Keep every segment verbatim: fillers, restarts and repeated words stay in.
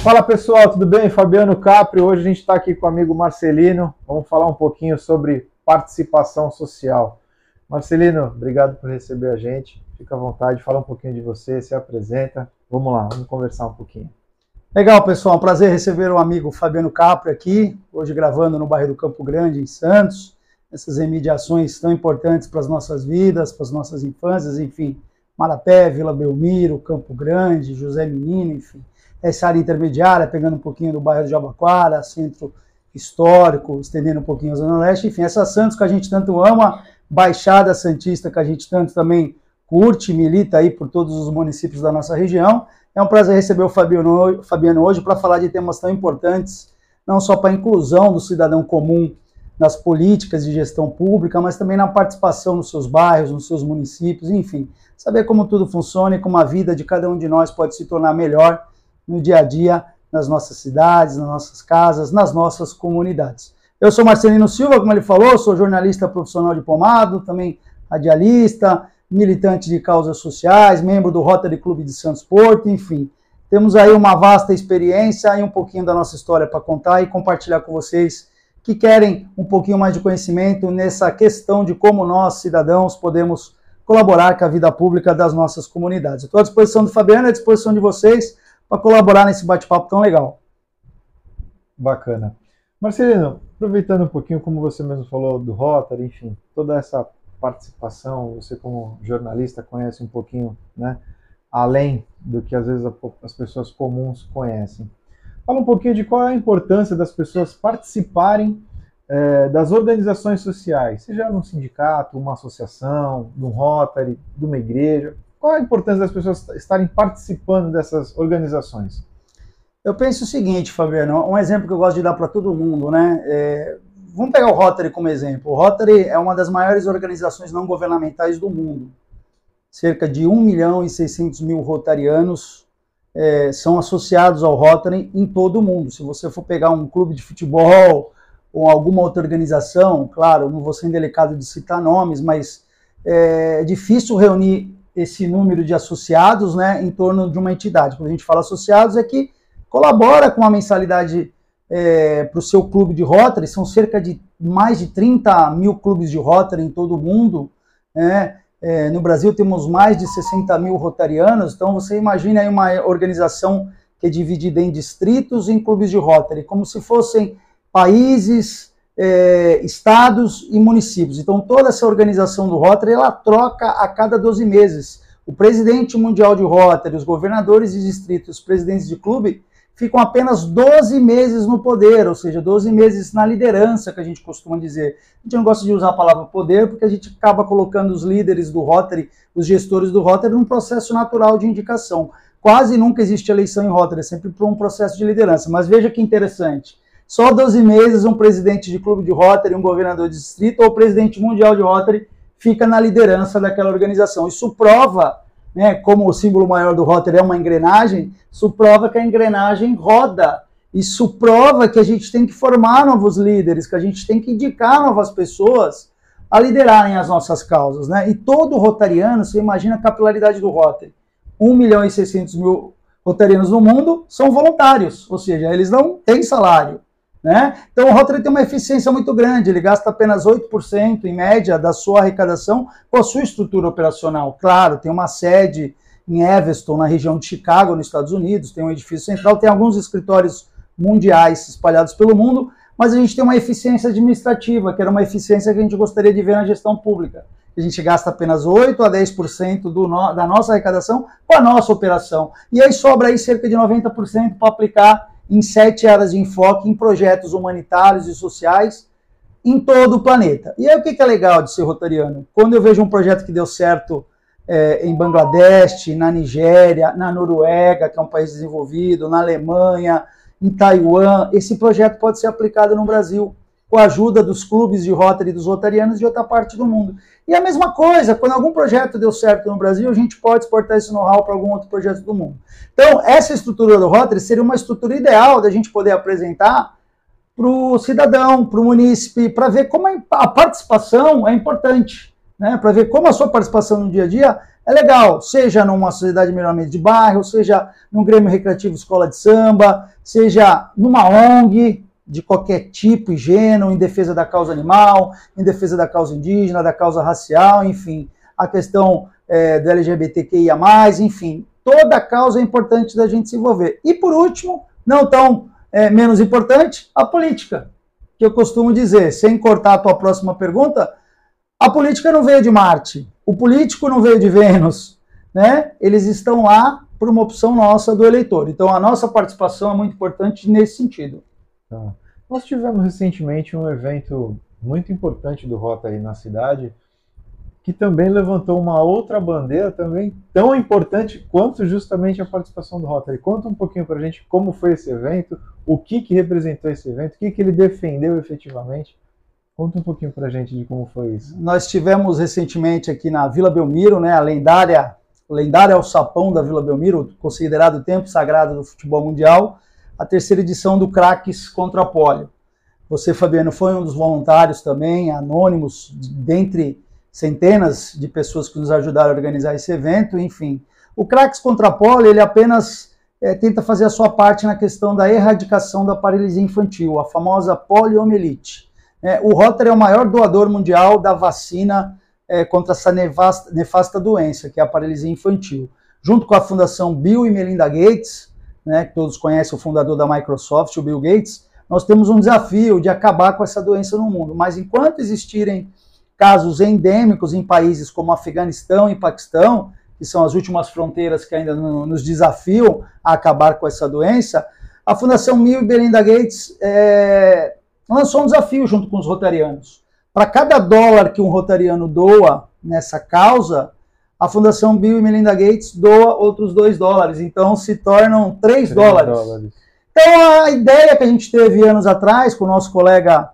Fala pessoal, tudo bem? Fabiano Capri, hoje a gente está aqui com o amigo Marcelino, vamos falar um pouquinho sobre participação social. Marcelino, obrigado por receber a gente, fica à vontade, fala um pouquinho de você, se apresenta, vamos lá, vamos conversar um pouquinho. Legal pessoal, um prazer receber o amigo Fabiano Capri aqui, hoje gravando no bairro do Campo Grande, em Santos, essas remediações tão importantes para as nossas vidas, para as nossas infâncias, enfim, Marapé, Vila Belmiro, Campo Grande, José Menino, enfim. Essa área intermediária, pegando um pouquinho do bairro de Jabaquara, centro histórico, estendendo um pouquinho a Zona Leste, enfim, essa Santos que a gente tanto ama, Baixada Santista que a gente tanto também curte, milita aí por todos os municípios da nossa região. É um prazer receber o Fabiano, Fabiano hoje para falar de temas tão importantes, não só para a inclusão do cidadão comum nas políticas de gestão pública, mas também na participação nos seus bairros, nos seus municípios, enfim, saber como tudo funciona e como a vida de cada um de nós pode se tornar melhor no dia a dia, nas nossas cidades, nas nossas casas, nas nossas comunidades. Eu sou Marcelino Silva, como ele falou, sou jornalista profissional diplomado, também radialista, militante de causas sociais, membro do Rotary Clube de Santos Porto, enfim. Temos aí uma vasta experiência e um pouquinho da nossa história para contar e compartilhar com vocês que querem um pouquinho mais de conhecimento nessa questão de como nós, cidadãos, podemos colaborar com a vida pública das nossas comunidades. Estou à disposição do Fabiano e à disposição de vocês para colaborar nesse bate-papo tão legal. Bacana. Marcelino, aproveitando um pouquinho, como você mesmo falou, do Rotary, enfim, toda essa participação, você como jornalista conhece um pouquinho, né, além do que às vezes as pessoas comuns conhecem. Fala um pouquinho de qual é a importância das pessoas participarem é, das organizações sociais, seja num sindicato, uma associação, de um Rotary, de uma igreja. Qual é a importância das pessoas estarem participando dessas organizações? Eu penso o seguinte, Fabiano, um exemplo que eu gosto de dar para todo mundo, né? É, vamos pegar o Rotary como exemplo. O Rotary é uma das maiores organizações não governamentais do mundo. Cerca de um milhão e seiscentos mil rotarianos é, são associados ao Rotary em todo o mundo. Se você for pegar um clube de futebol ou alguma outra organização, claro, não vou ser indelicado de citar nomes, mas é difícil reunir esse número de associados, né, em torno de uma entidade. Quando a gente fala associados, é que colabora com uma mensalidade é, para o seu clube de Rotary. São cerca de mais de trinta mil clubes de Rotary em todo o mundo, né? É, no Brasil temos mais de sessenta mil rotarianos, então você imagina aí uma organização que é dividida em distritos e em clubes de Rotary, como se fossem países, é, estados e municípios. Então toda essa organização do Rotary, ela troca a cada doze meses. O presidente mundial de Rotary, os governadores de distrito, os presidentes de clube, ficam apenas doze meses no poder, ou seja, doze meses na liderança, que a gente costuma dizer. A gente não gosta de usar a palavra poder, porque a gente acaba colocando os líderes do Rotary, os gestores do Rotary, num processo natural de indicação. Quase nunca existe eleição em Rotary, é sempre por um processo de liderança. Mas veja que interessante, só doze meses um presidente de clube de Rotary, um governador de distrito ou presidente mundial de Rotary fica na liderança daquela organização. Isso prova, né, como o símbolo maior do Rotary é uma engrenagem, isso prova que a engrenagem roda. Isso prova que a gente tem que formar novos líderes, que a gente tem que indicar novas pessoas a liderarem as nossas causas, né? E todo rotariano, você imagina a capilaridade do Rotary. um milhão e seiscentos mil rotarianos no mundo são voluntários, ou seja, eles não têm salário, né? Então o Rotary tem uma eficiência muito grande, ele gasta apenas oito por cento em média da sua arrecadação com a sua estrutura operacional. Claro, tem uma sede em Evanston, na região de Chicago, nos Estados Unidos, tem um edifício central, tem alguns escritórios mundiais espalhados pelo mundo, mas a gente tem uma eficiência administrativa, que era uma eficiência que a gente gostaria de ver na gestão pública. A gente gasta apenas oito a dez por cento do no, da nossa arrecadação com a nossa operação. E aí sobra aí cerca de noventa por cento para aplicar em sete áreas de enfoque, em projetos humanitários e sociais em todo o planeta. E aí o que é legal de ser rotariano? Quando eu vejo um projeto que deu certo é, em Bangladesh, na Nigéria, na Noruega, que é um país desenvolvido, na Alemanha, em Taiwan, esse projeto pode ser aplicado no Brasil, com a ajuda dos clubes de Rotary e dos rotarianos de outra parte do mundo. E a mesma coisa, quando algum projeto deu certo no Brasil, a gente pode exportar esse know-how para algum outro projeto do mundo. Então, essa estrutura do Rotary seria uma estrutura ideal da gente poder apresentar para o cidadão, para o munícipe, para ver como a participação é importante. né, para ver como a sua participação no dia a dia é legal, seja numa sociedade de melhoramento de bairro, seja num Grêmio Recreativo Escola de Samba, seja numa O N G de qualquer tipo e gênero, em defesa da causa animal, em defesa da causa indígena, da causa racial, enfim, a questão é, do L G B T Q I A mais, enfim, toda causa é importante da gente se envolver. E por último, não tão é, menos importante, a política, que eu costumo dizer, sem cortar a tua próxima pergunta, a política não veio de Marte, o político não veio de Vênus, né? Eles estão lá por uma opção nossa do eleitor. Então a nossa participação é muito importante nesse sentido. Tá. Nós tivemos recentemente um evento muito importante do Rotary na cidade, que também levantou uma outra bandeira também tão importante quanto justamente a participação do Rotary. Conta um pouquinho para a gente como foi esse evento, o que, que representou esse evento, o que, que ele defendeu efetivamente. Conta um pouquinho para a gente de como foi isso. Nós tivemos recentemente aqui na Vila Belmiro, né, a lendária, o lendário alçapão da Vila Belmiro, considerado o templo sagrado do futebol mundial, a terceira edição do Craques contra a Polio. Você, Fabiano, foi um dos voluntários também, anônimos, dentre centenas de pessoas que nos ajudaram a organizar esse evento, enfim. O Craques contra a Polio, ele apenas é, tenta fazer a sua parte na questão da erradicação da paralisia infantil, a famosa poliomielite. É, o Rotary é o maior doador mundial da vacina é, contra essa nefasta, nefasta doença, que é a paralisia infantil. Junto com a Fundação Bill e Melinda Gates, né, que todos conhecem o fundador da Microsoft, o Bill Gates, nós temos um desafio de acabar com essa doença no mundo. Mas enquanto existirem casos endêmicos em países como Afeganistão e Paquistão, que são as últimas fronteiras que ainda nos desafiam a acabar com essa doença, a Fundação Bill e Melinda Gates é, lançou um desafio junto com os rotarianos. Para cada dólar que um rotariano doa nessa causa, a Fundação Bill e Melinda Gates doa outros dois dólares. Então se tornam três dólares. dólares. Então a ideia que a gente teve anos atrás com o nosso colega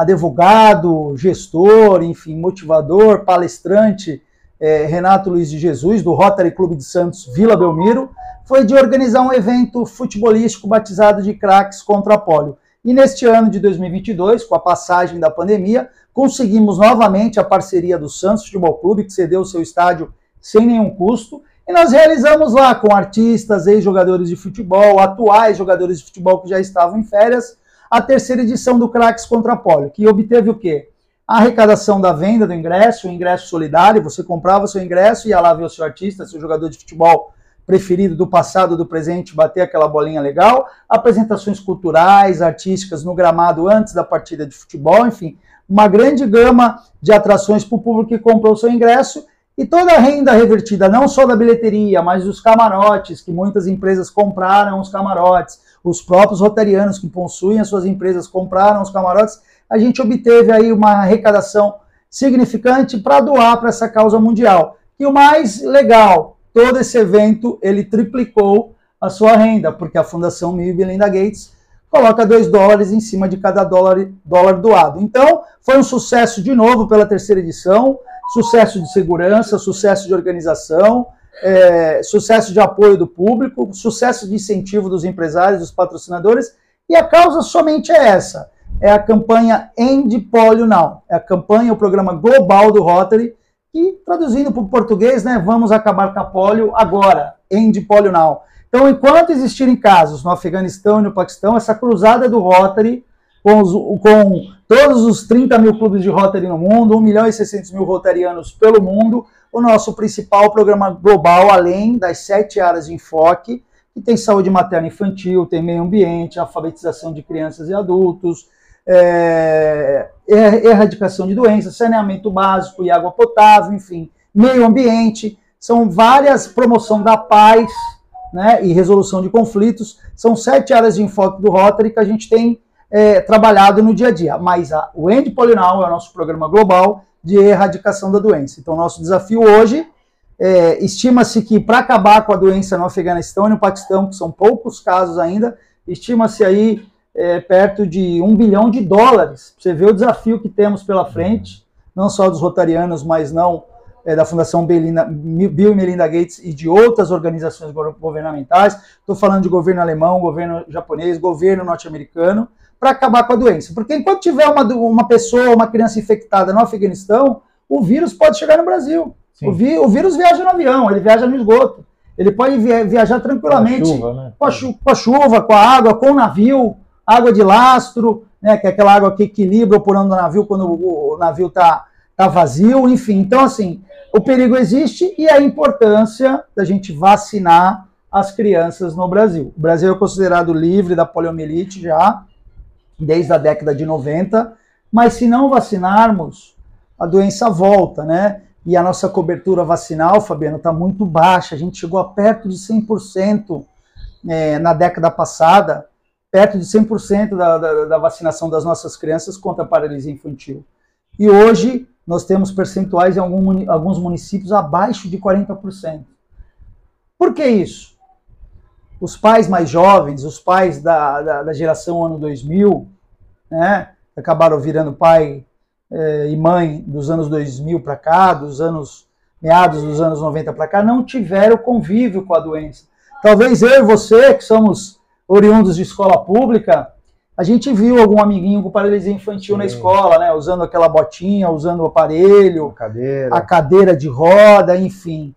advogado, gestor, enfim, motivador, palestrante, é, Renato Luiz de Jesus, do Rotary Clube de Santos Vila Belmiro, foi de organizar um evento futebolístico batizado de Craques contra a Polio. E neste ano de dois mil e vinte e dois, com a passagem da pandemia, conseguimos novamente a parceria do Santos Futebol Clube, que cedeu o seu estádio sem nenhum custo, e nós realizamos lá com artistas, ex-jogadores de futebol, atuais jogadores de futebol que já estavam em férias, a terceira edição do Craques contra a Polio, que obteve o quê? A arrecadação da venda do ingresso, o ingresso solidário, você comprava o seu ingresso, ia lá ver o seu artista, seu jogador de futebol preferido do passado, do presente, bater aquela bolinha legal, apresentações culturais, artísticas no gramado antes da partida de futebol, enfim, uma grande gama de atrações para o público que comprou o seu ingresso, e toda a renda revertida, não só da bilheteria, mas dos camarotes, que muitas empresas compraram os camarotes, os próprios rotarianos que possuem as suas empresas compraram os camarotes, a gente obteve aí uma arrecadação significante para doar para essa causa mundial. E o mais legal, todo esse evento, ele triplicou a sua renda, porque a Fundação Bill e Melinda Gates coloca dois dólares em cima de cada dólar, dólar doado. Então, foi um sucesso de novo pela terceira edição, sucesso de segurança, sucesso de organização, é, sucesso de apoio do público, sucesso de incentivo dos empresários, dos patrocinadores, e a causa somente é essa, é a campanha End Polio Now, é a campanha, o programa global do Rotary, que, traduzindo para o português, né, vamos acabar com a polio agora, End Polio Now. Então, enquanto existirem casos no Afeganistão e no Paquistão, essa cruzada do Rotary, com, os, com todos os trinta mil clubes de Rotary no mundo, um milhão e seiscentos mil rotarianos pelo mundo, o nosso principal programa global, além das sete áreas de enfoque, que tem saúde materna e infantil, tem meio ambiente, alfabetização de crianças e adultos, é, erradicação de doenças, saneamento básico e água potável, enfim, meio ambiente, são várias, promoção da paz, né, e resolução de conflitos, são sete áreas de enfoque do Rotary que a gente tem é, trabalhado no dia a dia, mas a, o End Polio Now é o nosso programa global de erradicação da doença. Então, nosso desafio hoje, é, estima-se que para acabar com a doença no Afeganistão e no Paquistão, que são poucos casos ainda, estima-se aí é, perto de um bilhão de dólares. Você vê o desafio que temos pela frente, não só dos rotarianos, mas não é, da Fundação Belinda, Bill e Melinda Gates e de outras organizações governamentais. Estou falando de governo alemão, governo japonês, governo norte-americano, para acabar com a doença. Porque enquanto tiver uma, uma pessoa, uma criança infectada no Afeganistão, o vírus pode chegar no Brasil. O, vi, o vírus viaja no avião, ele viaja no esgoto. Ele pode viajar tranquilamente com a chuva, né? com, a chu com a chuva, com a água, com o navio, água de lastro, né, que é aquela água que equilibra o porão do navio quando o, o navio está tá vazio, enfim. Então, assim, o perigo existe e a importância da gente vacinar as crianças no Brasil. O Brasil é considerado livre da poliomielite já, desde a década de noventa, mas se não vacinarmos, a doença volta, né? E a nossa cobertura vacinal, Fabiano, está muito baixa. A gente chegou a perto de cem por cento é, na década passada, perto de cem por cento da, da, da vacinação das nossas crianças contra a paralisia infantil. E hoje nós temos percentuais em algum, alguns municípios abaixo de quarenta por cento. Por que isso? Os pais mais jovens, os pais da, da, da geração ano dois mil, né, acabaram virando pai e mãe dos anos dois mil para cá, dos anos meados dos anos noventa para cá, não tiveram convívio com a doença. Talvez eu e você, que somos oriundos de escola pública, a gente viu algum amiguinho com paralisia infantil Sim. na escola, né, usando aquela botinha, usando o aparelho, a cadeira. a cadeira de roda, enfim.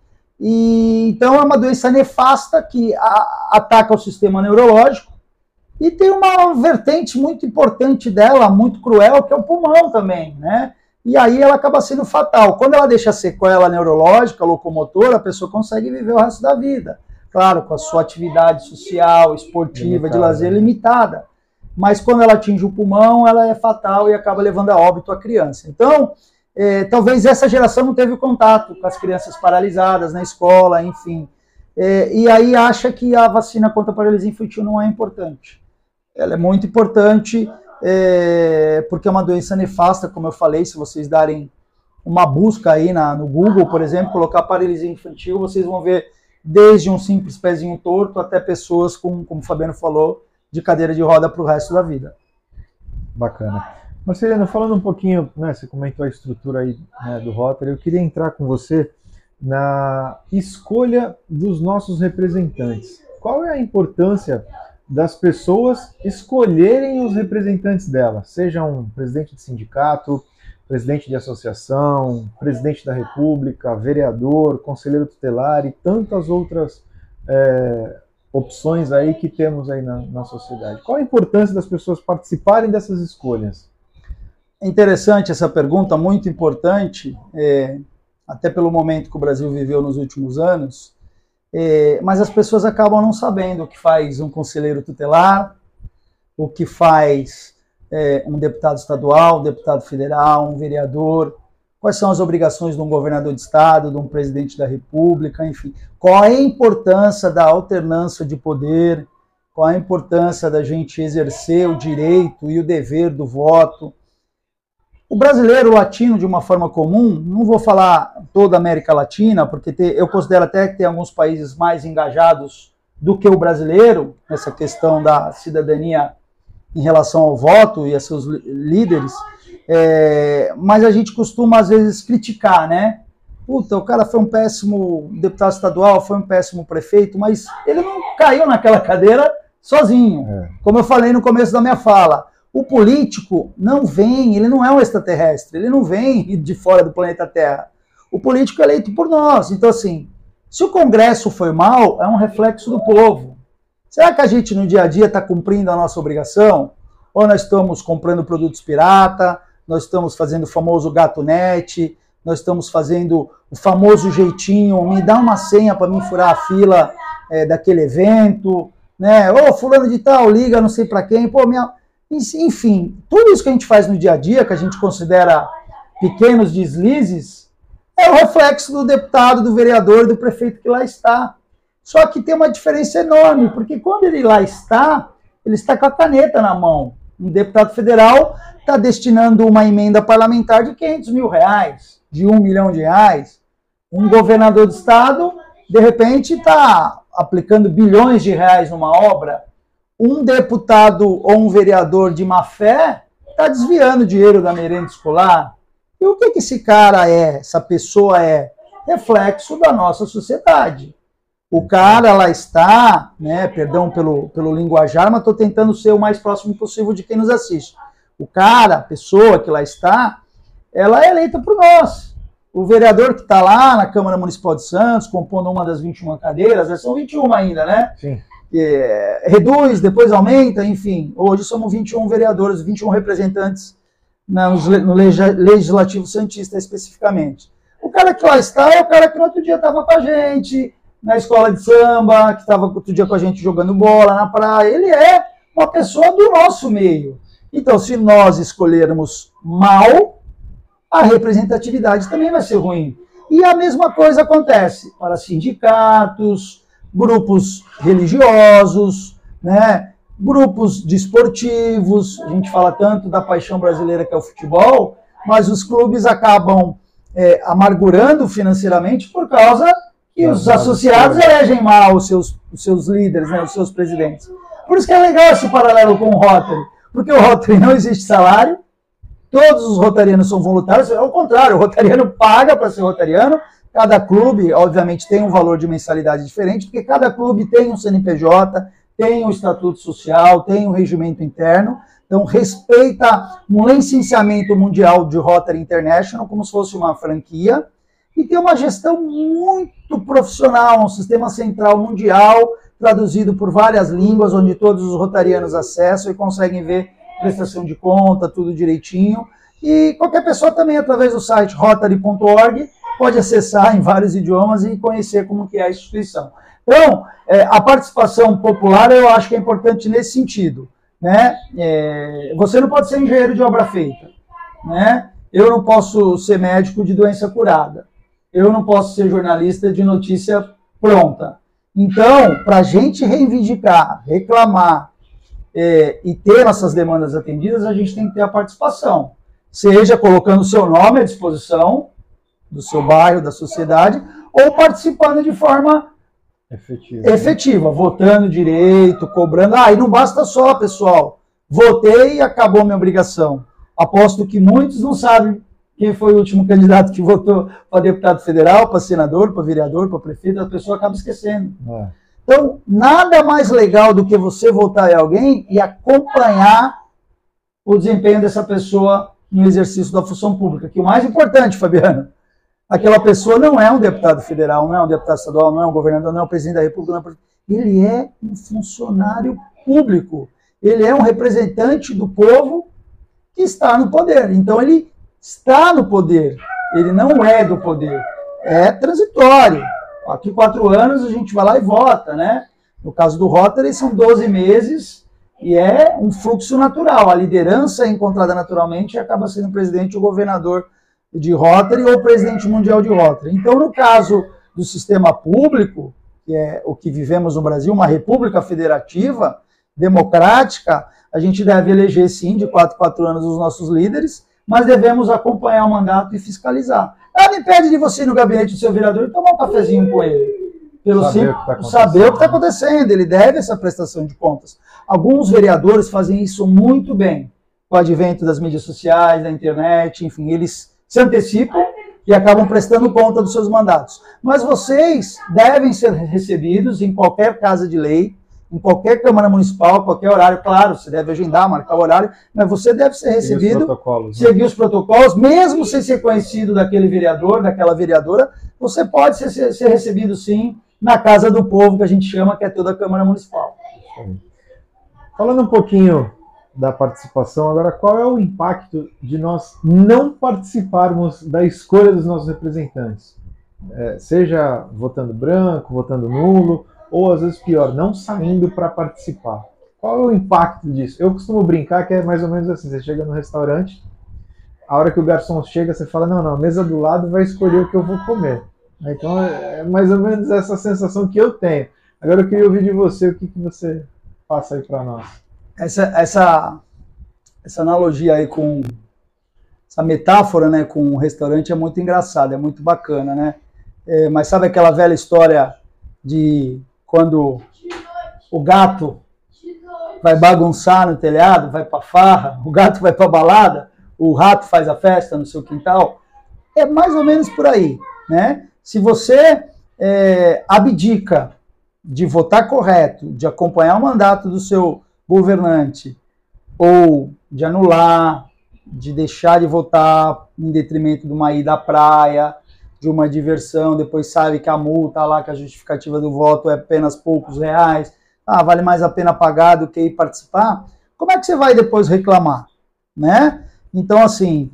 E, então é uma doença nefasta que a, ataca o sistema neurológico. E tem uma vertente muito importante dela, muito cruel, que é o pulmão também, né? E aí ela acaba sendo fatal. Quando ela deixa sequela neurológica, locomotora, a pessoa consegue viver o resto da vida. Claro, com a sua atividade social, esportiva, limitada, de lazer limitada. Mas quando ela atinge o pulmão, ela é fatal e acaba levando a óbito a criança. Então, é, talvez essa geração não teve contato com as crianças paralisadas na escola, enfim. É, e aí acha que a vacina contra a paralisia infantil não é importante. Ela é muito importante, é, porque é uma doença nefasta, como eu falei. Se vocês darem uma busca aí na, no Google, por exemplo, colocar paralisia infantil, vocês vão ver desde um simples pezinho torto até pessoas com, como o Fabiano falou, de cadeira de roda para o resto da vida. Bacana. Marcelino, falando um pouquinho, né, você comentou a estrutura aí, né, do Rotary, eu queria entrar com você na escolha dos nossos representantes. Qual é a importância das pessoas escolherem os representantes delas, seja um presidente de sindicato, presidente de associação, presidente da república, vereador, conselheiro tutelar e tantas outras é, opções aí que temos aí na, na sociedade. Qual a importância das pessoas participarem dessas escolhas? É interessante essa pergunta, muito importante, é, até pelo momento que o Brasil viveu nos últimos anos. É, mas as pessoas acabam não sabendo o que faz um conselheiro tutelar, o que faz é, um deputado estadual, um deputado federal, um vereador, quais são as obrigações de um governador de estado, de um presidente da república, enfim. Qual é a importância da alternância de poder, qual é a importância da gente exercer o direito e o dever do voto. O brasileiro latino, de uma forma comum, não vou falar toda a América Latina, porque te, eu considero até que tem alguns países mais engajados do que o brasileiro, nessa questão da cidadania em relação ao voto e a seus líderes, é, mas a gente costuma, às vezes, criticar, né? Puta, o cara foi um péssimo deputado estadual, foi um péssimo prefeito, mas ele não caiu naquela cadeira sozinho. É. Como eu falei no começo da minha fala, o político não vem, ele não é um extraterrestre, ele não vem de fora do planeta Terra. O político é eleito por nós. Então, assim, se o Congresso foi mal, é um reflexo do povo. Será que a gente no dia a dia está cumprindo a nossa obrigação? Ou nós estamos comprando produtos pirata, nós estamos fazendo o famoso gato net, nós estamos fazendo o famoso jeitinho, me dá uma senha para mim furar a fila é, daquele evento, né? Ô, fulano de tal, liga não sei para quem, pô, minha... Enfim, tudo isso que a gente faz no dia a dia, que a gente considera pequenos deslizes, é o reflexo do deputado, do vereador, do prefeito que lá está. Só que tem uma diferença enorme, porque quando ele lá está, ele está com a caneta na mão. Um deputado federal está destinando uma emenda parlamentar de quinhentos mil reais, de um milhão de reais. Um governador de estado, de repente, está aplicando bilhões de reais numa obra. Um deputado ou um vereador de má fé está desviando dinheiro da merenda escolar. E o que, que esse cara é, essa pessoa é? Reflexo da nossa sociedade. O cara lá está, né, perdão pelo, pelo linguajar, mas estou tentando ser o mais próximo possível de quem nos assiste. O cara, a pessoa que lá está, ela é eleita por nós. o vereador que está lá na Câmara Municipal de Santos, compondo uma das vinte e uma cadeiras, né, são vinte e uma ainda, né? Sim. É, reduz, depois aumenta, enfim. Hoje somos vinte e um vereadores, vinte e um representantes na, no Legislativo Santista especificamente. O cara que lá está é o cara que no outro dia estava com a gente, na escola de samba, que estava outro dia com a gente jogando bola na praia. Ele é uma pessoa do nosso meio. Então, se nós escolhermos mal, a representatividade também vai ser ruim. E a mesma coisa acontece para sindicatos, grupos religiosos, né, grupos desportivos. A gente fala tanto da paixão brasileira que é o futebol, mas os clubes acabam é, amargurando financeiramente por causa que os associados elegem mal os seus, os seus líderes, né, os seus presidentes. Por isso que é legal esse paralelo com o Rotary, porque o Rotary não existe salário, todos os rotarianos são voluntários, ao contrário, o rotariano paga para ser rotariano, cada clube, obviamente, tem um valor de mensalidade diferente, porque cada clube tem um C N P J, tem um estatuto social, tem um regimento interno, então respeita um licenciamento mundial de Rotary International, como se fosse uma franquia, e tem uma gestão muito profissional, um sistema central mundial, traduzido por várias línguas, onde todos os rotarianos acessam e conseguem ver prestação de conta, tudo direitinho. E qualquer pessoa também, através do site rotary ponto org, pode acessar em vários idiomas e conhecer como que é a instituição. Então, é, a participação popular eu acho que é importante nesse sentido, né? É, você não pode ser engenheiro de obra feita, né? Eu não posso ser médico de doença curada. Eu não posso ser jornalista de notícia pronta. Então, para a gente reivindicar, reclamar é, e ter nossas demandas atendidas, a gente tem que ter a participação. Seja colocando o seu nome à disposição do seu bairro, da sociedade, ou participando de forma efetiva, efetiva votando direito, cobrando. Ah, e não basta só, pessoal. Votei e acabou minha obrigação. Aposto que muitos não sabem quem foi o último candidato que votou para deputado federal, para senador, para vereador, para prefeito, a pessoa acaba esquecendo. É. Então, nada mais legal do que você votar em alguém e acompanhar o desempenho dessa pessoa no exercício da função pública. Que o mais importante, Fabiano, aquela pessoa não é um deputado federal, não é um deputado estadual, não é um governador, não é um presidente da República, não é... ele é um funcionário público. Ele é um representante do povo que está no poder. Então, ele está no poder, ele não é do poder, é transitório. Quatro em quatro anos a gente vai lá e vota, né? No caso do Rotary são doze meses e é um fluxo natural. A liderança é encontrada naturalmente e acaba sendo o presidente ou governador de Rotary ou presidente mundial de Rotary. Então, no caso do sistema público, que é o que vivemos no Brasil, uma república federativa, democrática, a gente deve eleger sim de quatro em quatro anos os nossos líderes, mas devemos acompanhar o mandato e fiscalizar. Nada impede de você ir no gabinete do seu vereador e tomar um cafezinho com ele. Pelo saber, sim, o que tá saber o que está acontecendo. Ele deve essa prestação de contas. Alguns vereadores fazem isso muito bem, com o advento das mídias sociais, da internet, enfim, eles se antecipam e acabam prestando conta dos seus mandatos. Mas vocês devem ser recebidos em qualquer casa de lei, em qualquer Câmara Municipal, qualquer horário, claro, você deve agendar, marcar o horário, mas você deve ser recebido, os seguir os protocolos, mesmo sem ser conhecido daquele vereador, daquela vereadora, você pode ser, ser recebido sim na Casa do Povo, que a gente chama, que é toda a Câmara Municipal. Falando um pouquinho da participação, agora qual é o impacto de nós não participarmos da escolha dos nossos representantes? É, seja votando branco, votando nulo, ou às vezes pior, não saindo para participar. Qual é o impacto disso? Eu costumo brincar que é mais ou menos assim, você chega no restaurante, a hora que o garçom chega, você fala, não, não, a mesa do lado vai escolher o que eu vou comer. Então é mais ou menos essa sensação que eu tenho. Agora eu queria ouvir de você, o que, que você passa aí para nós. Essa, essa, essa analogia aí com, essa metáfora, né, com o restaurante é muito engraçada, é muito bacana, né? É, mas sabe aquela velha história de quando o gato vai bagunçar no telhado, vai pra farra, o gato vai pra balada, o rato faz a festa no seu quintal? É mais ou menos por aí, né? Se você é, abdica de votar correto, de acompanhar o mandato do seu governante, ou de anular, de deixar de votar em detrimento de uma ida à praia, de uma diversão, depois sabe que a multa lá, que a justificativa do voto é apenas poucos reais, ah, vale mais a pena pagar do que ir participar, como é que você vai depois reclamar, né? Então, assim,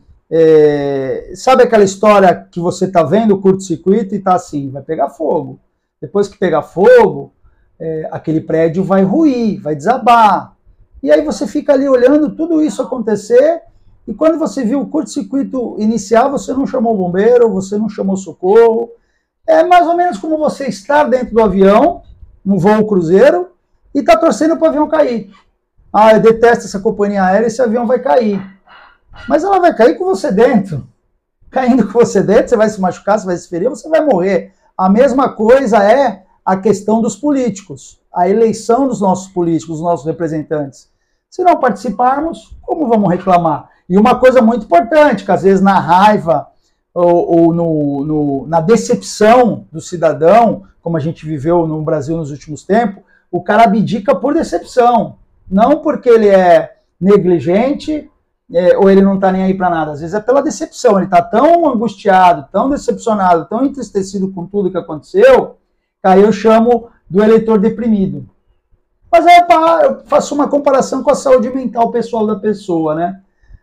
é, sabe aquela história que você está vendo o curto-circuito e está assim, vai pegar fogo. Depois que pegar fogo, é, aquele prédio vai ruir, vai desabar. E aí você fica ali olhando tudo isso acontecer, e quando você viu o curto-circuito inicial, você não chamou o bombeiro, você não chamou socorro. É mais ou menos como você estar dentro do avião, no voo cruzeiro, e está torcendo para o avião cair. Ah, eu detesto essa companhia aérea, esse avião vai cair. Mas ela vai cair com você dentro. Caindo com você dentro, você vai se machucar, você vai se ferir, você vai morrer. A mesma coisa é a questão dos políticos, a eleição dos nossos políticos, dos nossos representantes. Se não participarmos, como vamos reclamar? E uma coisa muito importante, que às vezes na raiva ou, ou no, no, na decepção do cidadão, como a gente viveu no Brasil nos últimos tempos, o cara abdica por decepção. Não porque ele é negligente, é, ou ele não está nem aí para nada. Às vezes é pela decepção. Ele está tão angustiado, tão decepcionado, tão entristecido com tudo que aconteceu, que aí eu chamo do eleitor deprimido. Mas aí eu faço uma comparação com a saúde mental pessoal da pessoa, né?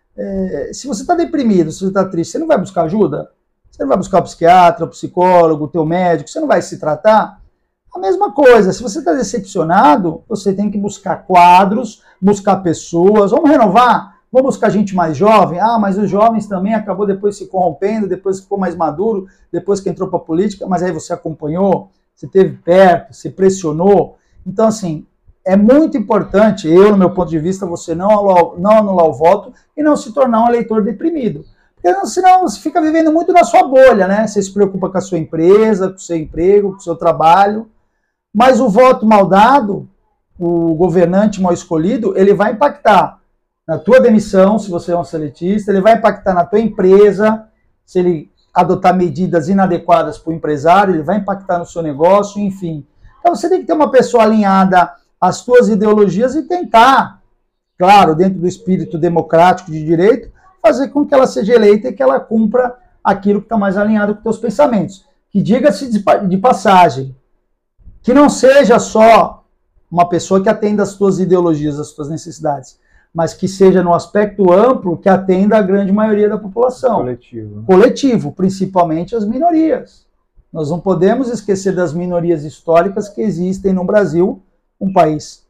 É, se você está deprimido, se você está triste, você não vai buscar ajuda? Você não vai buscar o psiquiatra, o psicólogo, o teu médico, você não vai se tratar? A mesma coisa, se você está decepcionado, você tem que buscar quadros, buscar pessoas, vamos renovar? Vamos buscar gente mais jovem? Ah, mas os jovens também acabou depois se corrompendo, depois ficou mais maduro, depois que entrou para a política, mas aí você acompanhou, você esteve perto, você pressionou. Então, assim, é muito importante, eu, no meu ponto de vista, você não anular, não anular o voto e não se tornar um eleitor deprimido. Porque senão você fica vivendo muito na sua bolha, né? Você se preocupa com a sua empresa, com o seu emprego, com o seu trabalho. Mas o voto mal dado, o governante mal escolhido, ele vai impactar na tua demissão, se você é um seletista, ele vai impactar na tua empresa, se ele adotar medidas inadequadas para o empresário, ele vai impactar no seu negócio, enfim. Então você tem que ter uma pessoa alinhada às tuas ideologias e tentar, claro, dentro do espírito democrático de direito, fazer com que ela seja eleita e que ela cumpra aquilo que está mais alinhado com os teus pensamentos. Que diga-se de passagem, que não seja só uma pessoa que atenda às tuas ideologias, às tuas necessidades, mas que seja no aspecto amplo que atenda a grande maioria da população. Coletivo. Coletivo, principalmente as minorias. Nós não podemos esquecer das minorias históricas que existem no Brasil, um país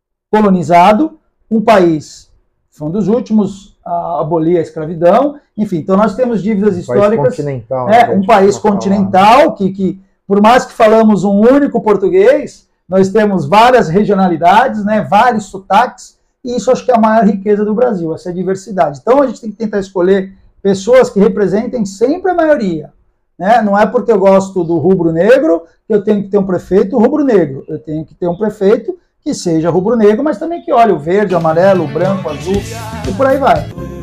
colonizado, um país que foi um dos últimos a abolir a escravidão, enfim, então nós temos dívidas um históricas. País continental, é, né, um país continental que, que, por mais que falamos um único português, nós temos várias regionalidades, né, vários sotaques, e isso acho que é a maior riqueza do Brasil, essa diversidade. Então a gente tem que tentar escolher pessoas que representem sempre a maioria. Né? Não é porque eu gosto do rubro-negro que eu tenho que ter um prefeito rubro-negro. Eu tenho que ter um prefeito que seja rubro-negro, mas também que olhe o verde, o amarelo, o branco, o azul, e por aí vai.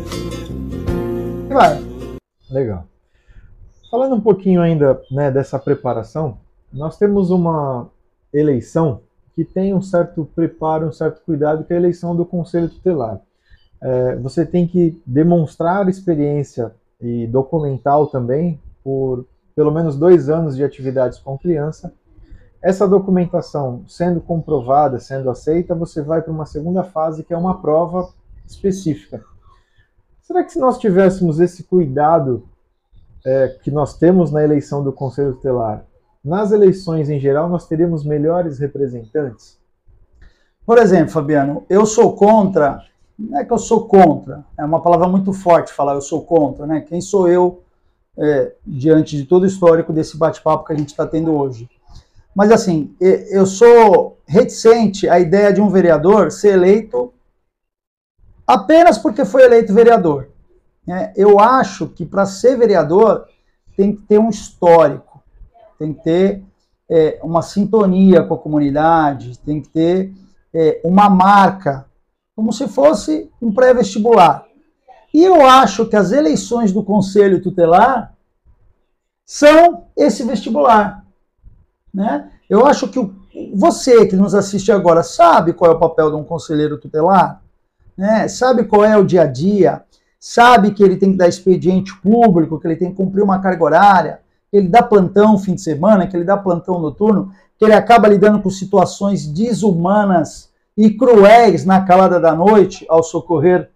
vai. Legal. Falando um pouquinho ainda, né, dessa preparação, nós temos uma eleição que tem um certo preparo, um certo cuidado, que é a eleição do Conselho Tutelar. É, você tem que demonstrar experiência e documental também por pelo menos dois anos de atividades com criança. Essa documentação sendo comprovada, sendo aceita, você vai para uma segunda fase, que é uma prova específica. Será que se nós tivéssemos esse cuidado é, que nós temos na eleição do Conselho Tutelar, nas eleições em geral, nós teríamos melhores representantes? Por exemplo, Fabiano, eu sou contra, não é que eu sou contra, é uma palavra muito forte falar eu sou contra, né? Quem sou eu é, diante de todo o histórico desse bate-papo que a gente está tendo hoje? Mas assim, eu sou reticente à ideia de um vereador ser eleito apenas porque foi eleito vereador. Eu acho que para ser vereador tem que ter um histórico, tem que ter é, uma sintonia com a comunidade, tem que ter é, uma marca, como se fosse um pré-vestibular. E eu acho que as eleições do Conselho Tutelar são esse vestibular. Né? Eu acho que o, você que nos assiste agora sabe qual é o papel de um conselheiro tutelar? Né? Sabe qual é o dia a dia? sabe que ele tem que dar expediente público, que ele tem que cumprir uma carga horária, que ele dá plantão fim de semana, que ele dá plantão noturno, que ele acaba lidando com situações desumanas e cruéis na calada da noite ao socorrer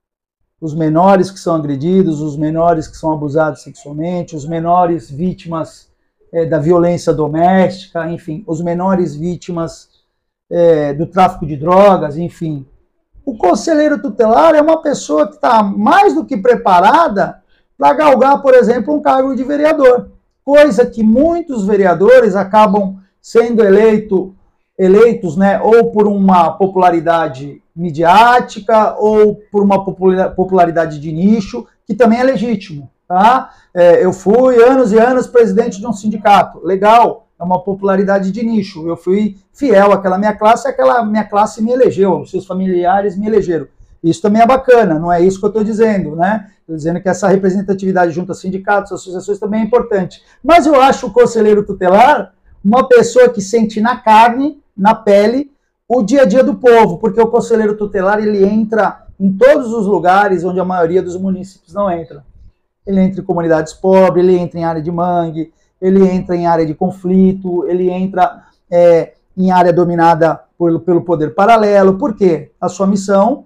os menores que são agredidos, os menores que são abusados sexualmente, os menores vítimas é, da violência doméstica, enfim, os menores vítimas é, do tráfico de drogas, enfim. O conselheiro tutelar é uma pessoa que está mais do que preparada para galgar, por exemplo, um cargo de vereador, coisa que muitos vereadores acabam sendo eleito, eleitos, né, ou por uma popularidade midiática ou por uma popularidade de nicho, que também é legítimo. Tá? É, eu fui anos e anos presidente de um sindicato, legal, é uma popularidade de nicho, eu fui fiel àquela minha classe, aquela minha classe me elegeu, os seus familiares me elegeram. Isso também é bacana, não é isso que eu estou dizendo, né? Estou dizendo que essa representatividade junto a sindicatos, associações também é importante. Mas eu acho o conselheiro tutelar uma pessoa que sente na carne, na pele, o dia a dia do povo, porque o conselheiro tutelar ele entra em todos os lugares onde a maioria dos municípios não entra. Ele entra em comunidades pobres, ele entra em área de mangue, ele entra em área de conflito, ele entra é, em área dominada por, pelo poder paralelo. Por quê? A sua missão,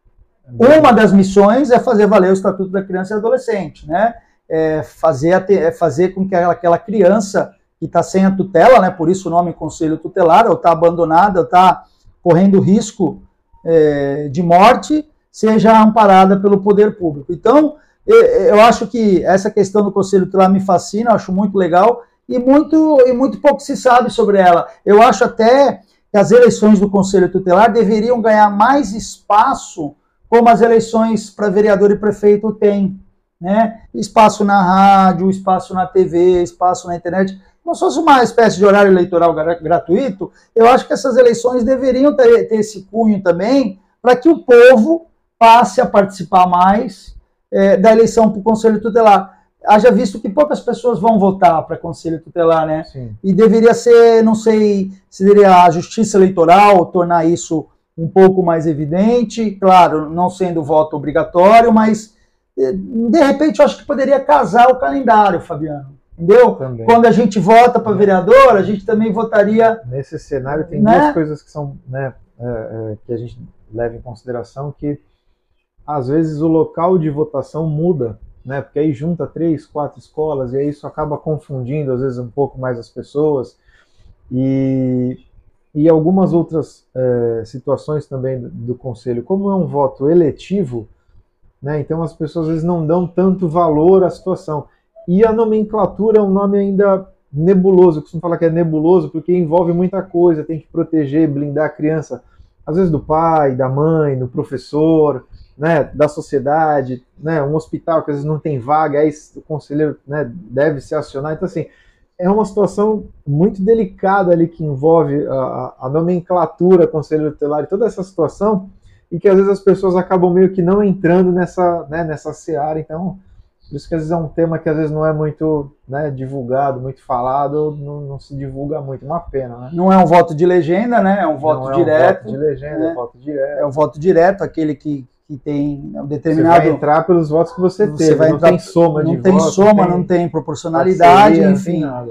uma das missões é fazer valer o Estatuto da Criança e Adolescente, né? É fazer, a, é fazer com que aquela criança que está sem a tutela, né, por isso o nome Conselho Tutelar, ou está abandonada, ou está correndo risco é, de morte, seja amparada pelo poder público. Então, eu acho que essa questão do Conselho Tutelar me fascina, eu acho muito legal, e muito, e muito pouco se sabe sobre ela. Eu acho até que as eleições do Conselho Tutelar deveriam ganhar mais espaço, como as eleições para vereador e prefeito têm, né? Espaço na rádio, espaço na T V, espaço na internet. Como se fosse uma espécie de horário eleitoral gratuito, eu acho que essas eleições deveriam ter, ter esse cunho também, para que o povo passe a participar mais é, da eleição para o Conselho Tutelar. Haja visto que poucas pessoas vão votar para Conselho Tutelar, né? Sim. E deveria ser, não sei, se deveria a Justiça Eleitoral tornar isso um pouco mais evidente, claro, não sendo voto obrigatório, mas de repente eu acho que poderia casar o calendário, Fabiano. Entendeu? Também. Quando a gente vota para vereador, a gente também votaria... Nesse cenário tem né? duas coisas que são, né, é, é, que a gente leva em consideração, que às vezes o local de votação muda, né, porque aí junta três, quatro escolas, e aí isso acaba confundindo às vezes um pouco mais as pessoas, e, e algumas outras é, situações também do, do Conselho, como é um voto eletivo, né, então as pessoas às vezes não dão tanto valor à situação. E a nomenclatura é um nome ainda nebuloso, eu costumo falar que é nebuloso porque envolve muita coisa, tem que proteger, blindar a criança, às vezes do pai, da mãe, do professor, né, da sociedade, né, um hospital que às vezes não tem vaga, aí o conselheiro, né, deve se acionar. Então, assim, é uma situação muito delicada ali que envolve a, a nomenclatura, conselheiro tutelar e toda essa situação, e que às vezes as pessoas acabam meio que não entrando nessa, né, nessa seara. Então, por isso que às vezes é um tema que às vezes não é muito, né, divulgado, muito falado, não, não se divulga muito, uma pena, né? Não é um voto de legenda, né? É um voto não direto. É um voto de legenda, né? É um voto direto. É um voto direto, aquele que, que tem um determinado... Você vai entrar pelos votos que você, você teve, vai entrar... não tem soma de votos. Não tem votos, soma, não tem, não tem proporcionalidade, enfim. Nada.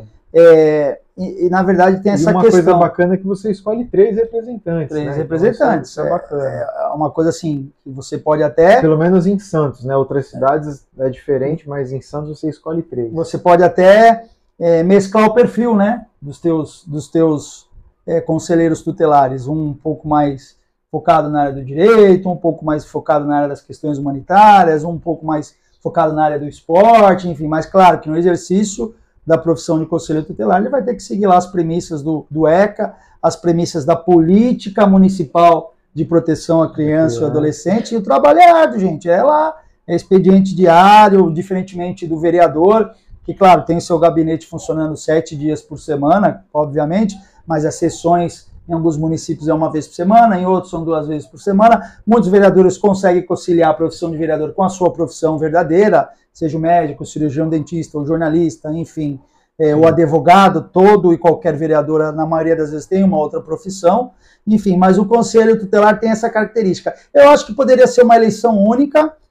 É, e, e, na verdade, tem essa e uma questão... coisa bacana é que você escolhe três representantes. Três né? representantes. Então, isso é bacana. É uma coisa assim, que você pode até... Pelo menos em Santos, né? Outras cidades é diferente, mas em Santos você escolhe três. Você pode até é, mesclar o perfil, né? Dos teus, dos teus é, conselheiros tutelares. Um, um pouco mais focado na área do direito, um pouco mais focado na área das questões humanitárias, um pouco mais focado na área do esporte, enfim. Mas claro que no exercício da profissão de conselheiro tutelar, ele vai ter que seguir lá as premissas do, do ECA, as premissas da política municipal de proteção à criança e ao adolescente, e o trabalho é árduo, gente, é lá, é expediente diário, diferentemente do vereador, que, claro, tem seu gabinete funcionando sete dias por semana, obviamente, mas as sessões em alguns municípios é uma vez por semana, em outros são duas vezes por semana. Muitos vereadores conseguem conciliar a profissão de vereador com a sua profissão verdadeira, seja o médico, o cirurgião dentista, o jornalista, enfim, é, o advogado, todo e qualquer vereador, na maioria das vezes, tem uma outra profissão, enfim, mas o Conselho Tutelar tem essa característica. Eu acho que poderia ser uma eleição única,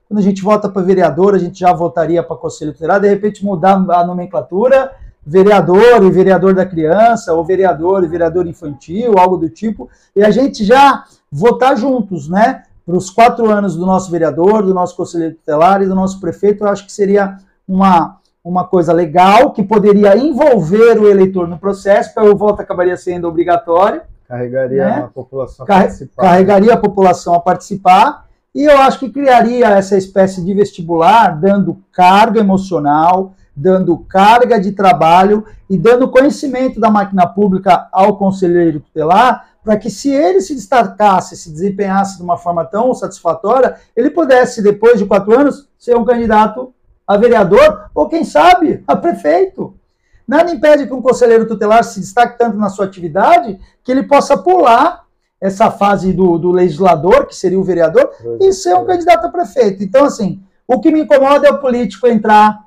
quando a gente vota para vereador, a gente já votaria para conselho tutelar, de repente mudar a nomenclatura, vereador e vereador da criança, ou vereador e vereador infantil, algo do tipo, e a gente já votar juntos, né? Para os quatro anos do nosso vereador, do nosso conselheiro tutelar e do nosso prefeito, eu acho que seria uma, uma coisa legal, que poderia envolver o eleitor no processo, porque o voto acabaria sendo obrigatório. Carregaria né? a população a Car participar. Carregaria a população a participar, e eu acho que criaria essa espécie de vestibular, dando carga emocional, dando carga de trabalho e dando conhecimento da máquina pública ao conselheiro tutelar, para que se ele se destacasse, se desempenhasse de uma forma tão satisfatória, ele pudesse, depois de quatro anos, ser um candidato a vereador ou, quem sabe, a prefeito. Nada impede que um conselheiro tutelar se destaque tanto na sua atividade que ele possa pular essa fase do, do legislador, que seria o vereador, e ser um candidato a prefeito. Então, assim, o que me incomoda é o político entrar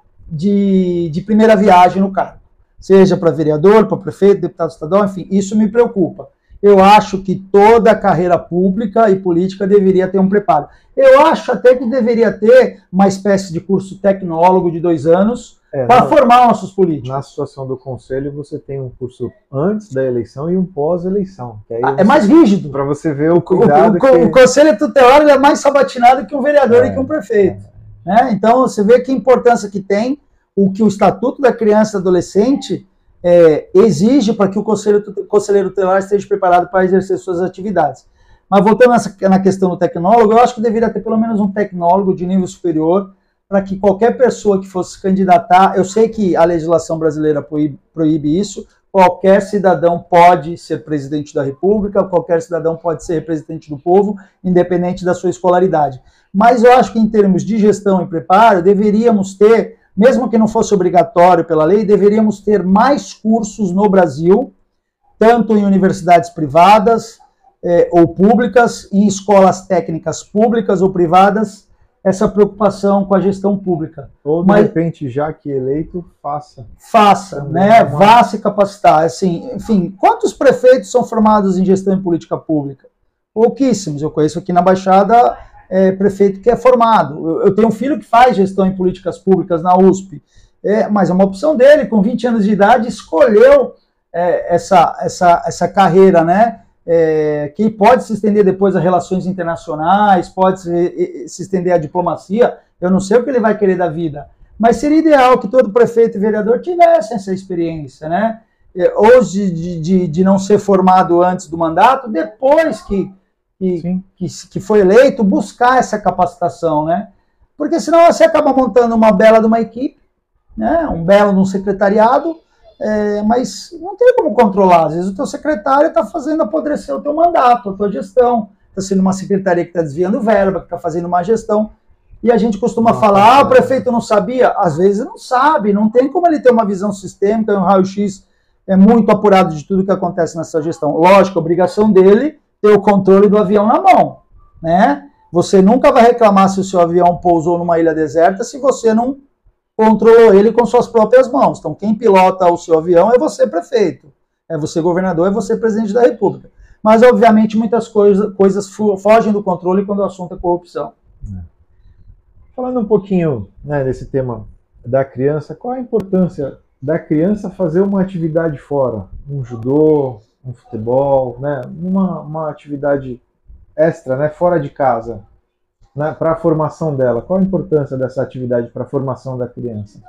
de, de primeira viagem no cargo, seja para vereador, para prefeito, deputado estadual, enfim, isso me preocupa. Eu acho que toda a carreira pública e política deveria ter um preparo. Eu acho até que deveria ter uma espécie de curso tecnólogo de dois anos é, para formar nossos políticos. Na situação do conselho, você tem um curso antes da eleição e um pós-eleição. Ah, é mais rígido. Para você ver o cuidado. O, o, que... o conselho tutelar é mais sabatinado que um vereador é, e que um prefeito. É. Né? Então, você vê que importância que tem o que o Estatuto da Criança e Adolescente É, exige para que o conselho, conselheiro tutelar esteja preparado para exercer suas atividades. Mas voltando nessa, na questão do tecnólogo, eu acho que deveria ter pelo menos um tecnólogo de nível superior para que qualquer pessoa que fosse se candidatar, eu sei que a legislação brasileira proíbe, proíbe isso, qualquer cidadão pode ser presidente da República, qualquer cidadão pode ser representante do povo, independente da sua escolaridade. Mas eu acho que em termos de gestão e preparo, deveríamos ter, mesmo que não fosse obrigatório pela lei, deveríamos ter mais cursos no Brasil, tanto em universidades privadas eh, ou públicas, em escolas técnicas públicas ou privadas, essa preocupação com a gestão pública. Ou, de Mas, repente, já que eleito, faça. Faça, né? Uma... Vá se capacitar. Assim, enfim, quantos prefeitos são formados em gestão e política pública? Pouquíssimos. Eu conheço aqui na Baixada é, prefeito que é formado. Eu, eu tenho um filho que faz gestão em políticas públicas na U S P, é, mas é uma opção dele, com vinte anos de idade, escolheu é, essa, essa, essa carreira, né? É, que pode se estender depois a relações internacionais, pode se, se estender à diplomacia. Eu não sei o que ele vai querer da vida, mas seria ideal que todo prefeito e vereador tivesse essa experiência, né? Ou de, de, de não ser formado antes do mandato, depois que, que, que, que foi eleito, buscar essa capacitação, né? Porque senão você acaba montando uma bela de uma equipe, né? Um belo de um secretariado, É, mas não tem como controlar. Às vezes o teu secretário está fazendo apodrecer o teu mandato, a tua gestão. Está sendo uma secretaria que está desviando verba, que está fazendo uma gestão. E a gente costuma não, falar, ah, o prefeito não sabia. Às vezes não sabe, não tem como ele ter uma visão sistêmica, um raio-x é muito apurado de tudo que acontece nessa gestão. Lógico, a obrigação dele é ter o controle do avião na mão, né? Você nunca vai reclamar se o seu avião pousou numa ilha deserta se você não controlou ele com suas próprias mãos. Então, quem pilota o seu avião é você, prefeito. É você, governador, é você, presidente da República. Mas, obviamente, muitas coisa, coisas fogem do controle quando o assunto é corrupção. É. Falando um pouquinho, né, desse tema da criança, qual a importância da criança fazer uma atividade fora? Um judô, um futebol, né, uma, uma atividade extra, né, fora de casa? Né, para a formação dela, qual a importância dessa atividade para a formação da criança?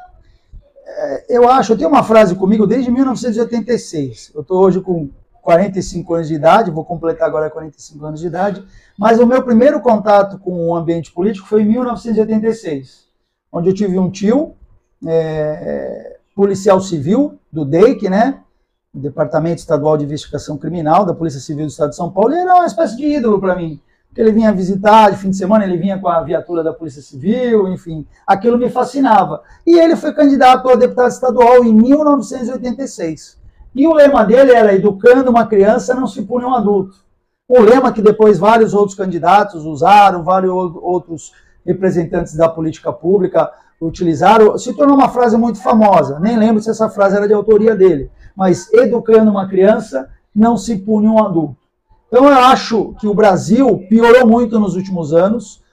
É, eu acho, eu tenho uma frase comigo desde mil novecentos e oitenta e seis, eu estou hoje com quarenta e cinco anos de idade, vou completar agora quarenta e cinco anos de idade, mas o meu primeiro contato com o ambiente político foi em mil novecentos e oitenta e seis, onde eu tive um tio, é, policial civil, do D E I C, né, Departamento Estadual de Investigação Criminal, da Polícia Civil do Estado de São Paulo, e era uma espécie de ídolo para mim. Porque ele vinha visitar de fim de semana, ele vinha com a viatura da Polícia Civil, enfim, aquilo me fascinava. E ele foi candidato a deputado estadual em mil novecentos e oitenta e seis. E o lema dele era: educando uma criança, não se pune um adulto. Um lema que depois vários outros candidatos usaram, vários outros representantes da política pública utilizaram, se tornou uma frase muito famosa. Nem lembro se essa frase era de autoria dele, mas educando uma criança, não se pune um adulto. Então eu acho que o Brasil piorou muito nos últimos anos,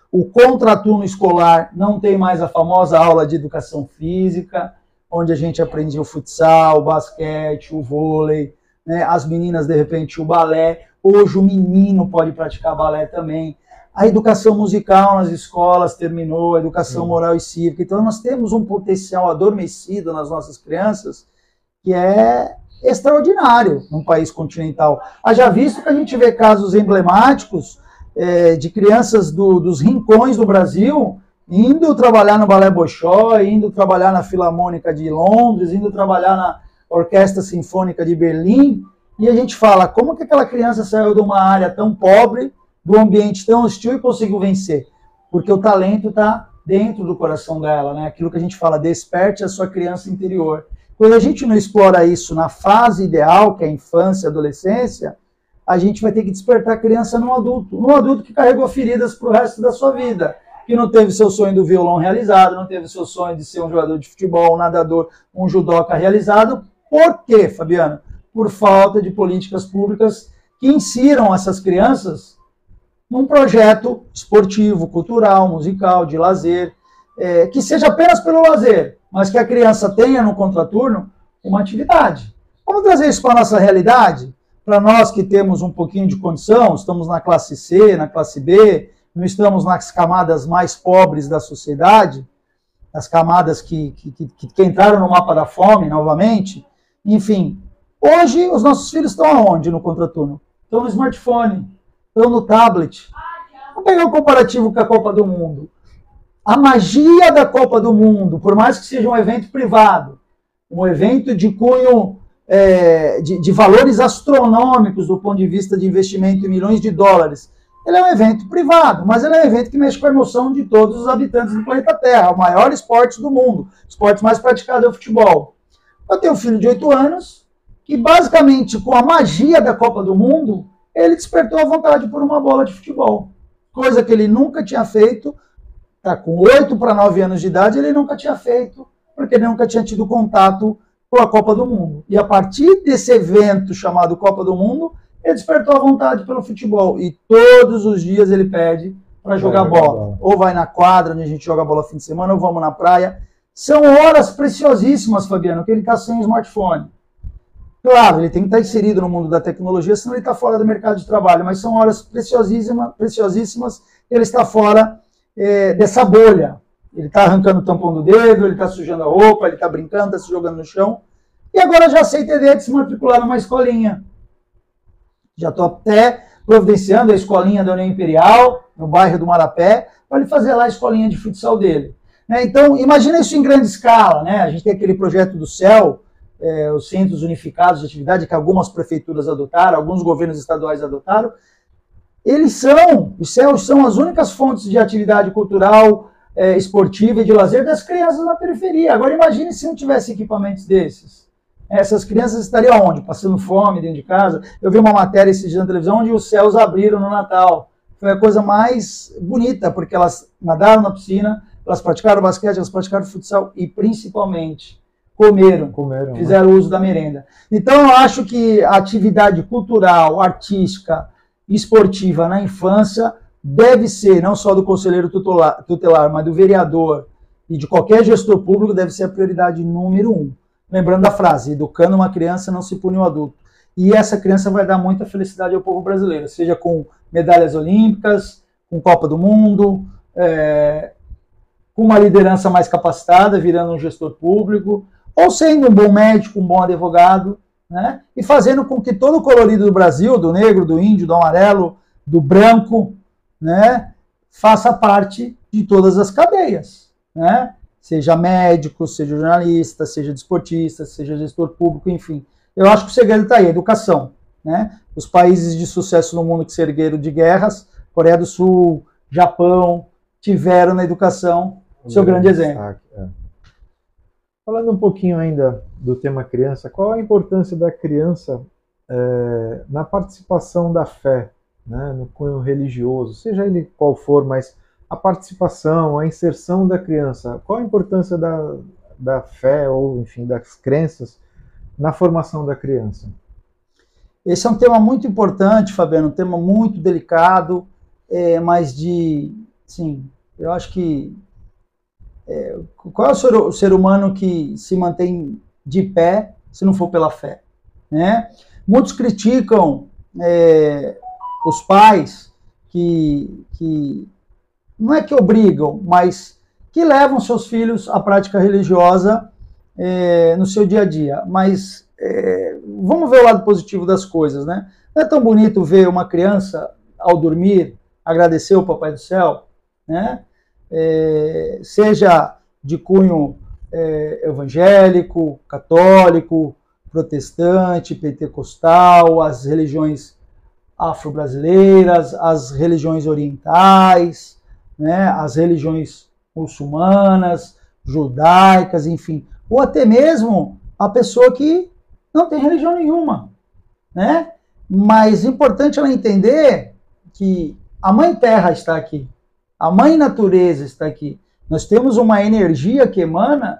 O contraturno escolar não tem mais a famosa aula de educação física, onde a gente aprendia o futsal, o basquete, o vôlei, né? As meninas, de repente, o balé. Hoje o menino pode praticar balé também. A educação musical nas escolas terminou, a educação Sim. moral e cívica. Então nós temos um potencial adormecido nas nossas crianças que é extraordinário num país continental. Haja visto que a gente vê casos emblemáticos é, de crianças do, dos rincões do Brasil indo trabalhar no Balé Bolshoi, indo trabalhar na Filarmônica de Londres, indo trabalhar na Orquestra Sinfônica de Berlim, e a gente fala, como que aquela criança saiu de uma área tão pobre, do ambiente tão hostil e conseguiu vencer? Porque o talento está dentro do coração dela, né? Aquilo que a gente fala, desperte a sua criança interior. Quando a gente não explora isso na fase ideal, que é a infância, a adolescência, a gente vai ter que despertar a criança no adulto. No adulto que carregou feridas para o resto da sua vida, que não teve seu sonho do violão realizado, não teve seu sonho de ser um jogador de futebol, um nadador, um judoca realizado. Por quê, Fabiano? Por falta de políticas públicas que insiram essas crianças num projeto esportivo, cultural, musical, de lazer, é, que seja apenas pelo lazer, mas que a criança tenha no contraturno uma atividade. Vamos trazer isso para a nossa realidade? Para nós que temos um pouquinho de condição, estamos na classe C, na classe B, não estamos nas camadas mais pobres da sociedade, as camadas que, que, que, que entraram no mapa da fome novamente. Enfim, hoje os nossos filhos estão aonde no contraturno? Estão no smartphone, estão no tablet. Vamos pegar o comparativo com a Copa do Mundo. A magia da Copa do Mundo, por mais que seja um evento privado, um evento de cunho, é, de, de valores astronômicos do ponto de vista de investimento em milhões de dólares, ele é um evento privado, mas ele é um evento que mexe com a emoção de todos os habitantes do planeta Terra, o maior esporte do mundo, o esporte mais praticado é o futebol. Eu tenho um filho de oito anos, que basicamente, com a magia da Copa do Mundo, ele despertou a vontade por uma bola de futebol. Coisa que ele nunca tinha feito, tá com oito para nove anos de idade, ele nunca tinha feito, porque ele nunca tinha tido contato com a Copa do Mundo. E a partir desse evento chamado Copa do Mundo, ele despertou a vontade pelo futebol. E todos os dias ele pede para jogar bola. bola. Ou vai na quadra, onde a gente joga bola fim de semana, ou vamos na praia. São horas preciosíssimas, Fabiano, que ele está sem smartphone. Claro, ele tem que estar inserido no mundo da tecnologia, senão ele está fora do mercado de trabalho. Mas são horas preciosíssimas, preciosíssimas ele está fora é, dessa bolha. Ele está arrancando o tampão do dedo, ele está sujando a roupa, ele está brincando, está se jogando no chão. E agora já aceita a ideia de se matricular numa escolinha. Já estou até providenciando a escolinha da União Imperial, no bairro do Marapé, para ele fazer lá a escolinha de futsal dele. Né? Então, imagina isso em grande escala. Né? A gente tem aquele projeto do céu, é, os Centros Unificados de Atividade, que algumas prefeituras adotaram, alguns governos estaduais adotaram. Eles são, os céus são as únicas fontes de atividade cultural, é, esportiva e de lazer das crianças na periferia. Agora imagine se não tivesse equipamentos desses. Essas crianças estariam onde? Passando fome dentro de casa. Eu vi uma matéria esses dias na televisão onde os céus abriram no Natal. Foi a coisa mais bonita, porque elas nadaram na piscina, elas praticaram basquete, elas praticaram futsal e, principalmente, comeram, comeram fizeram né? uso da merenda. Então, eu acho que a atividade cultural, artística e esportiva na infância deve ser, não só do conselheiro tutelar, tutelar, mas do vereador e de qualquer gestor público, deve ser a prioridade número um. Lembrando da frase, educando uma criança não se pune um adulto. E essa criança vai dar muita felicidade ao povo brasileiro, seja com medalhas olímpicas, com Copa do Mundo, é, com uma liderança mais capacitada, virando um gestor público, ou sendo um bom médico, um bom advogado, né? E fazendo com que todo o colorido do Brasil, do negro, do índio, do amarelo, do branco, né, faça parte de todas as cadeias, né? Seja médico, seja jornalista, seja desportista, seja gestor público, enfim. Eu acho que o segredo está aí, educação. Né? Os países de sucesso no mundo que se ergueram de guerras, Coreia do Sul, Japão, tiveram na educação o seu grande exemplo. É. Falando um pouquinho ainda do tema criança, qual a importância da criança é, na participação da fé, né, no cunho religioso, seja ele qual for, mas a participação, a inserção da criança, qual a importância da, da fé ou, enfim, das crenças na formação da criança? Esse é um tema muito importante, Fabiano, um tema muito delicado, é, mas de Sim, eu acho que... É, qual é o ser, o ser humano que se mantém de pé se não for pela fé? Né? Muitos criticam é, os pais que, que não é que obrigam, mas que levam seus filhos à prática religiosa é, no seu dia a dia. Mas é, vamos ver o lado positivo das coisas, né? Não é tão bonito ver uma criança, ao dormir, agradecer o Papai do Céu, né? É, seja de cunho é, evangélico, católico, protestante, pentecostal, as religiões afro-brasileiras, as religiões orientais, né, as religiões muçulmanas, judaicas, enfim, ou até mesmo a pessoa que não tem religião nenhuma, né? Mas é importante ela entender que a Mãe Terra está aqui, a Mãe Natureza está aqui. Nós temos uma energia que emana,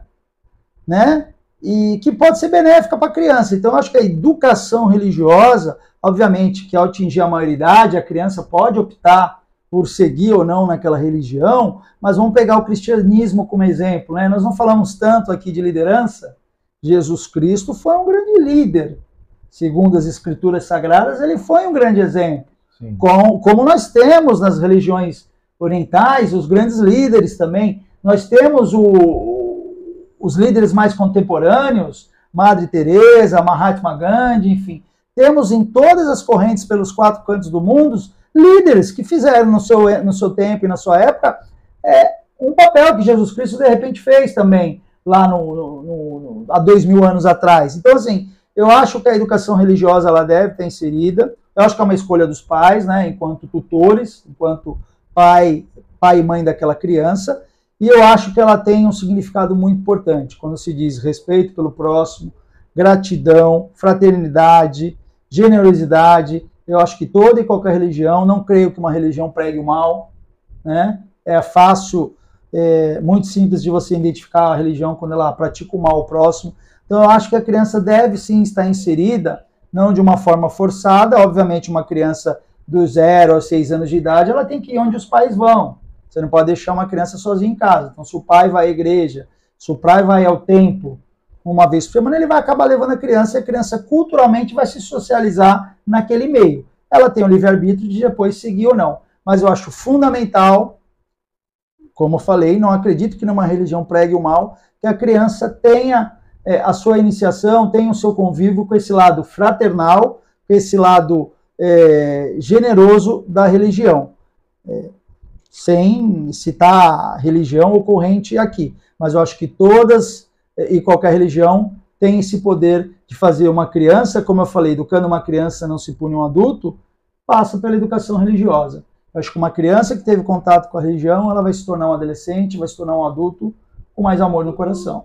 né? E que pode ser benéfica para a criança. Então, eu acho que a educação religiosa, obviamente, que ao atingir a maioridade, a criança pode optar por seguir ou não naquela religião, mas vamos pegar o cristianismo como exemplo, né? Nós não falamos tanto aqui de liderança. Jesus Cristo foi um grande líder. Segundo as escrituras sagradas, ele foi um grande exemplo. Com, como nós temos nas religiões orientais, os grandes líderes também. Nós temos o, os líderes mais contemporâneos, Madre Teresa, Mahatma Gandhi, enfim. Temos em todas as correntes pelos quatro cantos do mundo líderes que fizeram no seu, no seu tempo e na sua época é, um papel que Jesus Cristo de repente fez também lá no, no, no, há dois mil anos atrás. Então, assim, eu acho que a educação religiosa ela deve estar inserida. Eu acho que é uma escolha dos pais, né, enquanto tutores, enquanto pai, pai e mãe daquela criança, e eu acho que ela tem um significado muito importante, quando se diz respeito pelo próximo, gratidão, fraternidade, generosidade. Eu acho que toda e qualquer religião, não creio que uma religião pregue o mal, né? É fácil, é muito simples de você identificar a religião quando ela pratica o mal ao próximo. Então eu acho que a criança deve sim estar inserida, não de uma forma forçada. Obviamente uma criança do zero aos seis anos de idade, ela tem que ir onde os pais vão. Você não pode deixar uma criança sozinha em casa. Então, se o pai vai à igreja, se o pai vai ao templo uma vez por semana, ele vai acabar levando a criança e a criança culturalmente vai se socializar naquele meio. Ela tem o livre-arbítrio de depois seguir ou não. Mas eu acho fundamental, como eu falei, não acredito que numa religião pregue o mal, que a criança tenha é, a sua iniciação, tenha o seu convívio com esse lado fraternal, com esse lado É, generoso da religião, é, sem citar religião ocorrente aqui, mas eu acho que todas é, e qualquer religião tem esse poder de fazer uma criança, como eu falei, educando uma criança não se pune um adulto, passa pela educação religiosa. Eu acho que uma criança que teve contato com a religião, ela vai se tornar um adolescente, vai se tornar um adulto com mais amor no coração.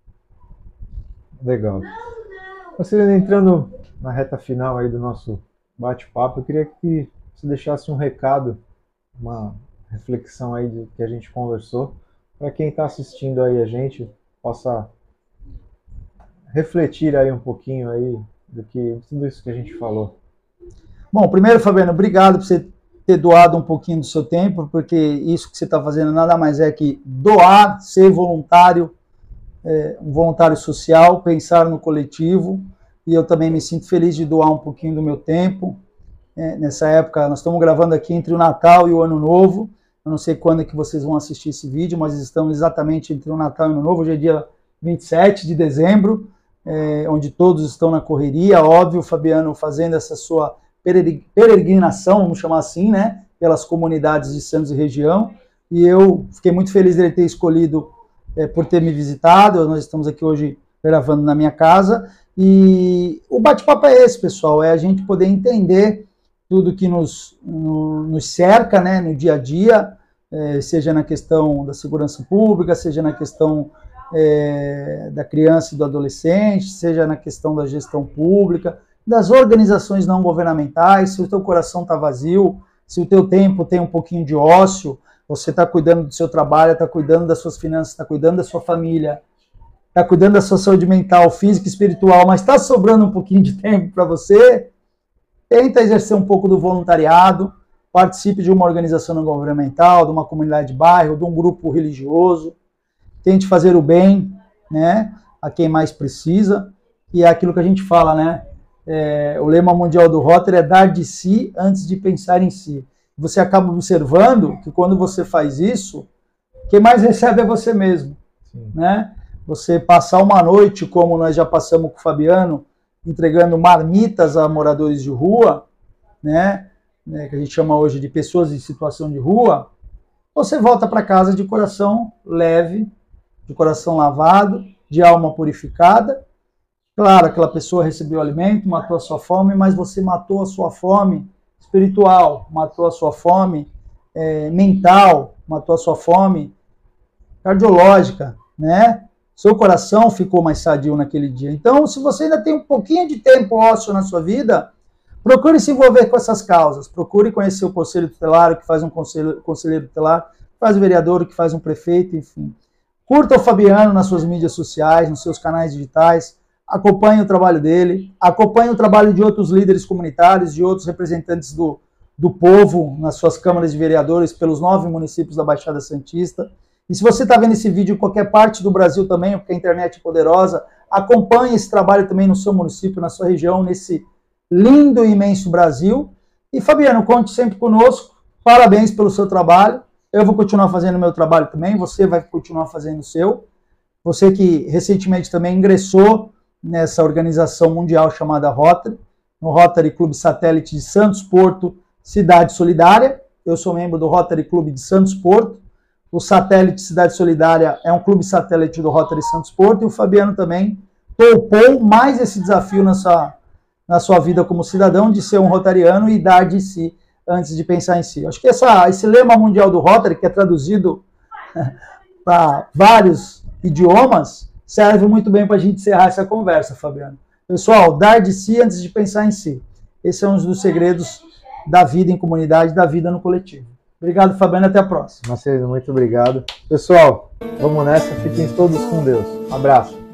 Legal. Você entrando na reta final aí do nosso bate-papo, eu queria que você deixasse um recado, uma reflexão aí do que a gente conversou, para quem está assistindo aí a gente possa refletir aí um pouquinho aí do que tudo isso que a gente falou. Bom, primeiro, Fabiano, obrigado por você ter doado um pouquinho do seu tempo, porque isso que você está fazendo nada mais é que doar, ser voluntário, é, um voluntário social, pensar no coletivo. E eu também me sinto feliz de doar um pouquinho do meu tempo. É, nessa época, nós estamos gravando aqui entre o Natal e o Ano Novo. Eu não sei quando é que vocês vão assistir esse vídeo, mas estamos exatamente entre o Natal e o Ano Novo. Hoje é dia vinte e sete de dezembro, é, onde todos estão na correria. Óbvio, o Fabiano fazendo essa sua peregrinação, vamos chamar assim, né, pelas comunidades de Santos e região. E eu fiquei muito feliz de ele ter escolhido é, por ter me visitado. Nós estamos aqui hoje gravando na minha casa. E o bate-papo é esse, pessoal, é a gente poder entender tudo que nos, no, nos cerca, né, no dia a dia, é, seja na questão da segurança pública, seja na questão é, da criança e do adolescente, seja na questão da gestão pública, das organizações não governamentais. Se o teu coração está vazio, se o teu tempo tem um pouquinho de ócio, você está cuidando do seu trabalho, está cuidando das suas finanças, está cuidando da sua família, está cuidando da sua saúde mental, física e espiritual, mas está sobrando um pouquinho de tempo para você, tenta exercer um pouco do voluntariado, participe de uma organização não governamental, de uma comunidade de bairro, de um grupo religioso, tente fazer o bem, né, a quem mais precisa, e é aquilo que a gente fala, né, é, o lema mundial do Rotary é dar de si antes de pensar em si. Você acaba observando que quando você faz isso, quem mais recebe é você mesmo, né? Você passar uma noite, como nós já passamos com o Fabiano, entregando marmitas a moradores de rua, né, né, que a gente chama hoje de pessoas em situação de rua, você volta para casa de coração leve, de coração lavado, de alma purificada. Claro, aquela pessoa recebeu alimento, matou a sua fome, mas você matou a sua fome espiritual, matou a sua fome é, mental, matou a sua fome cardiológica, né? Seu coração ficou mais sadio naquele dia. Então, se você ainda tem um pouquinho de tempo ósseo na sua vida, procure se envolver com essas causas. Procure conhecer o conselho tutelar, que faz um conselho, conselheiro tutelar, faz o vereador, que faz um prefeito, enfim. Curta o Fabiano nas suas mídias sociais, nos seus canais digitais. Acompanhe o trabalho dele, acompanhe o trabalho de outros líderes comunitários, de outros representantes do, do povo nas suas câmaras de vereadores pelos nove municípios da Baixada Santista. E se você está vendo esse vídeo em qualquer parte do Brasil também, porque a internet é poderosa, acompanhe esse trabalho também no seu município, na sua região, nesse lindo e imenso Brasil. E Fabiano, conte sempre conosco, parabéns pelo seu trabalho, eu vou continuar fazendo o meu trabalho também, você vai continuar fazendo o seu. Você que recentemente também ingressou nessa organização mundial chamada Rotary, no Rotary Clube Satélite de Santos Porto, Cidade Solidária. Eu sou membro do Rotary Clube de Santos Porto. O Satélite Cidade Solidária é um clube satélite do Rotary Santos Porto, e o Fabiano também topou mais esse desafio na sua, na sua vida como cidadão, de ser um rotariano e dar de si antes de pensar em si. Acho que essa, esse lema mundial do Rotary, que é traduzido para vários idiomas, serve muito bem para a gente encerrar essa conversa, Fabiano. Pessoal, dar de si antes de pensar em si. Esse é um dos segredos da vida em comunidade, da vida no coletivo. Obrigado, Fabiano, até a próxima. Marcelino, muito obrigado. Pessoal, vamos nessa, fiquem todos com Deus. Um abraço.